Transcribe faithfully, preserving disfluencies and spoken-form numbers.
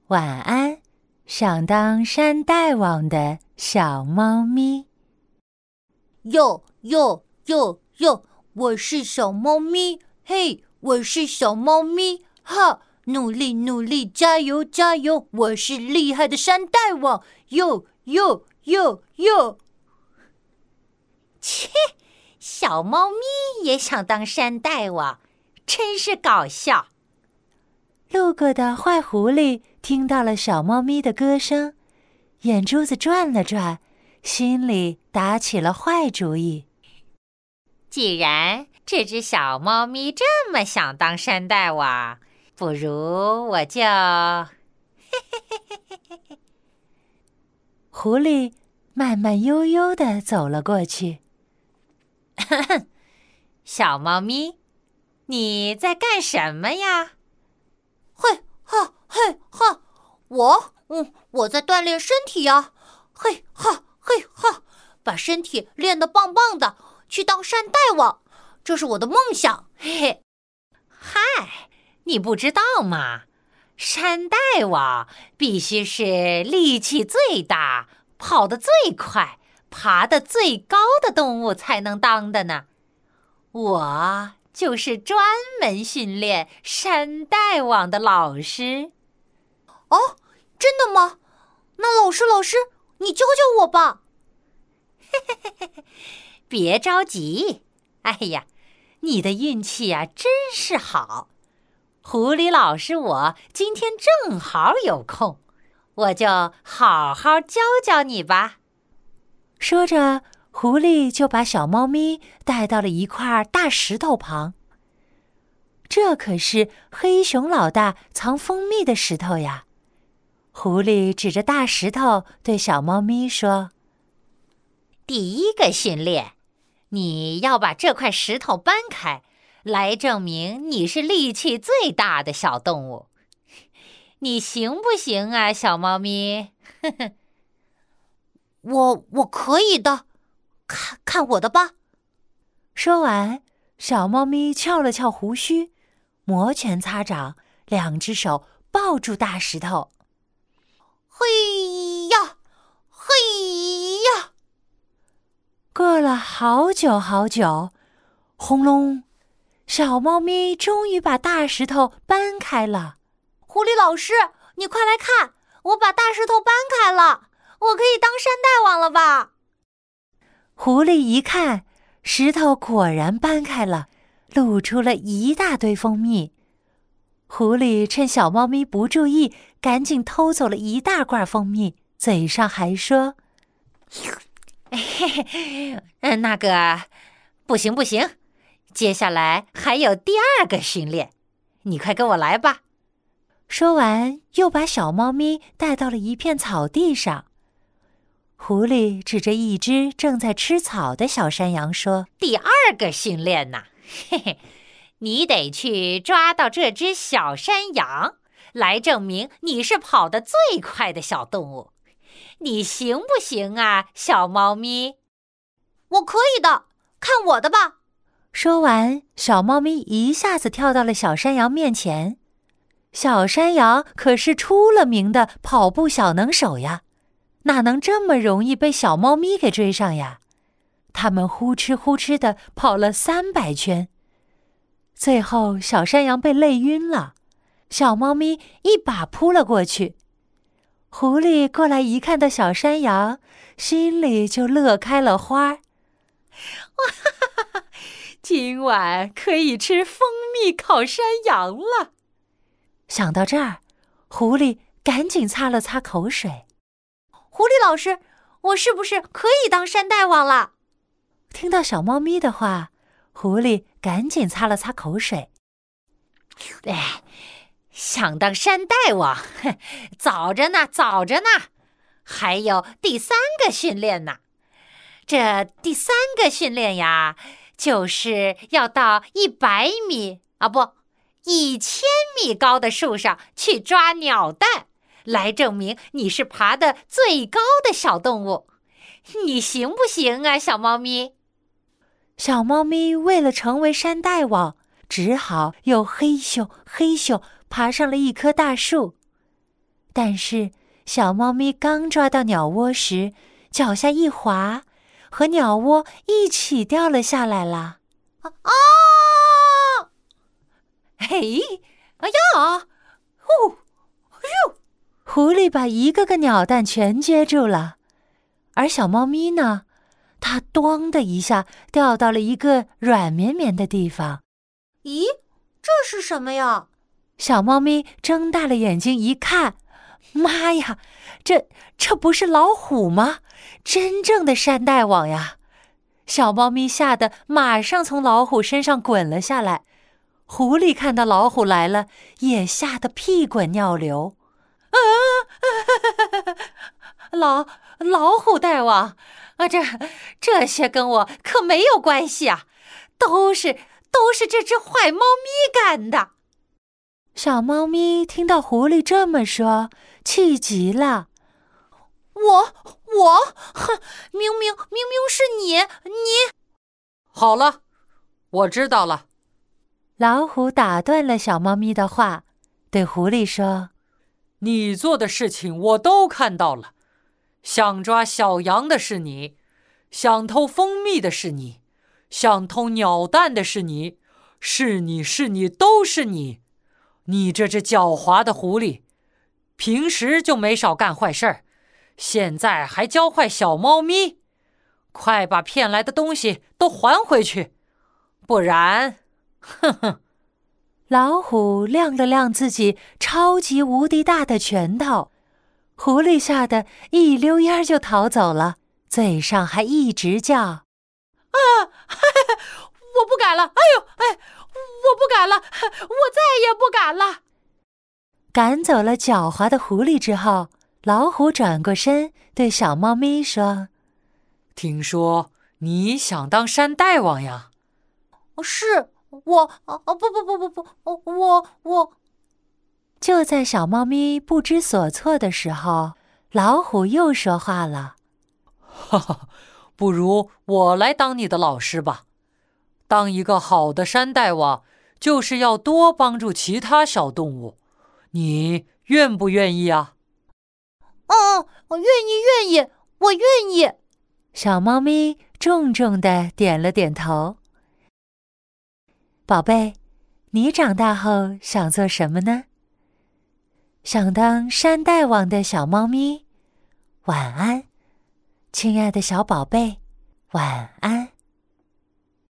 晚安，想当山大王的小猫咪。 哟哟哟哟，我是小猫咪，嘿，我是小猫咪，哈，努力努力，加油加油，我是厉害的山大王，哟哟哟哟。 切，小猫咪也想当山大王，真是搞笑。 路过的坏狐狸听到了小猫咪的歌声，眼珠子转了转，心里打起了坏主意。 既然这只小猫咪这么想当山大王，不如我就…… 狐狸慢慢悠悠地走了过去。 小猫咪，你在干什么呀？ 嘿哈嘿哈，我嗯，我在锻炼身体呀，嘿哈嘿哈，把身体练得棒棒的，去当山大王，这是我的梦想，嘿嘿。 嗨，你不知道吗？山大王必须是力气最大、跑得最快、爬得最高的动物才能当的呢。我就是专门训练山大王的老师。 哦，真的吗？那老师老师，你教教我吧。 别着急，哎呀，你的运气啊真是好。狐狸老师我今天正好有空，我就好好教教你吧。 说着，狐狸就把小猫咪带到了一块大石头旁。这可是黑熊老大藏蜂蜜的石头呀！狐狸指着大石头对小猫咪说：“ 第一个训练，你要把这块石头搬开，来证明你是力气最大的小动物。你行不行啊，小猫咪？” 我我可以的，看看我的吧。 说完，小猫咪翘了翘胡须，摩拳擦掌，两只手抱住大石头。 嘿呀，嘿呀！ 过了好久好久，轰隆，小猫咪终于把大石头搬开了。 狐狸老师，你快来看，我把大石头搬开了，我可以当山大王了吧？ 狐狸一看，石头果然搬开了，露出了一大堆蜂蜜。狐狸趁小猫咪不注意，赶紧偷走了一大罐蜂蜜，嘴上还说：“ 嘿嘿，嗯，那个，不行不行，接下来还有第二个训练，你快跟我来吧。” 说完，又把小猫咪带到了一片草地上。狐狸指着一只正在吃草的小山羊说：“ 第二个训练呢，嘿嘿。你得去抓到这只小山羊，来证明你是跑得最快的小动物。你行不行啊，小猫咪？” 我可以的，看我的吧。 说完，小猫咪一下子跳到了小山羊面前。小山羊可是出了名的跑步小能手呀，哪能这么容易被小猫咪给追上呀？它们呼哧呼哧地跑了三百圈。最后，小山羊被累晕了，小猫咪一把扑了过去。狐狸过来一看到小山羊，心里就乐开了花。哇哈哈！今晚可以吃蜂蜜烤山羊了。想到这儿，狐狸赶紧擦了擦口水。 狐狸老师，我是不是可以当山大王了？ 听到小猫咪的话，狐狸赶紧擦了擦口水。 哎，想当山大王，早着呢，早着呢，还有第三个训练呢。这第三个训练呀，就是要到一百米啊，不，一千米高的树上去抓鸟蛋，来证明你是爬得最高的小动物。你行不行啊，小猫咪？ 小猫咪为了成为山大王，只好又嘿咻嘿咻爬上了一棵大树。 但是小猫咪刚抓到鸟窝时，脚下一滑，和鸟窝一起掉了下来了。 啊啊！ 嘿，哎呀，呼，咻！ 狐狸把一个个鸟蛋全接住了，而小猫咪呢，它“咚”的一下掉到了一个软绵绵的地方。 咦，这是什么呀？ 小猫咪睁大了眼睛一看，妈呀，这这不是老虎吗？真正的山大王呀！小猫咪吓得马上从老虎身上滚了下来。狐狸看到老虎来了，也吓得屁滚尿流。啊！ 老老虎大王啊，这这些跟我可没有关系啊，都是都是这只坏猫咪干的。 小猫咪听到狐狸这么说，气极了。 我我，哼，明明明明是你你。 好了，我知道了。 老虎打断了小猫咪的话，对狐狸说： 你做的事情我都看到了，想抓小羊的是你，想偷蜂蜜的是你，想偷鸟蛋的是你，是你是你都是你。你这只狡猾的狐狸，平时就没少干坏事儿，现在还教坏小猫咪，快把骗来的东西都还回去，不然，哼哼！ 老虎亮了亮自己超级无敌大的拳头，狐狸吓得一溜烟就逃走了，嘴上还一直叫：啊， 嘿嘿，我不敢了！哎呦，哎，我不敢了，我再也不敢了！ 赶走了狡猾的狐狸之后，老虎转过身对小猫咪说： 听说你想当山大王呀？ 是我，哦不不不不不，我我。 就在小猫咪不知所措的时候，老虎又说话了： 哈哈，不如我来当你的老师吧。当一个好的山大王，就是要多帮助其他小动物。你愿不愿意啊？ 嗯，我愿意，愿意，我愿意。 小猫咪重重地点了点头。宝贝，你长大后想做什么呢？想当山大王的小猫咪，晚安，亲爱的小宝贝，晚安。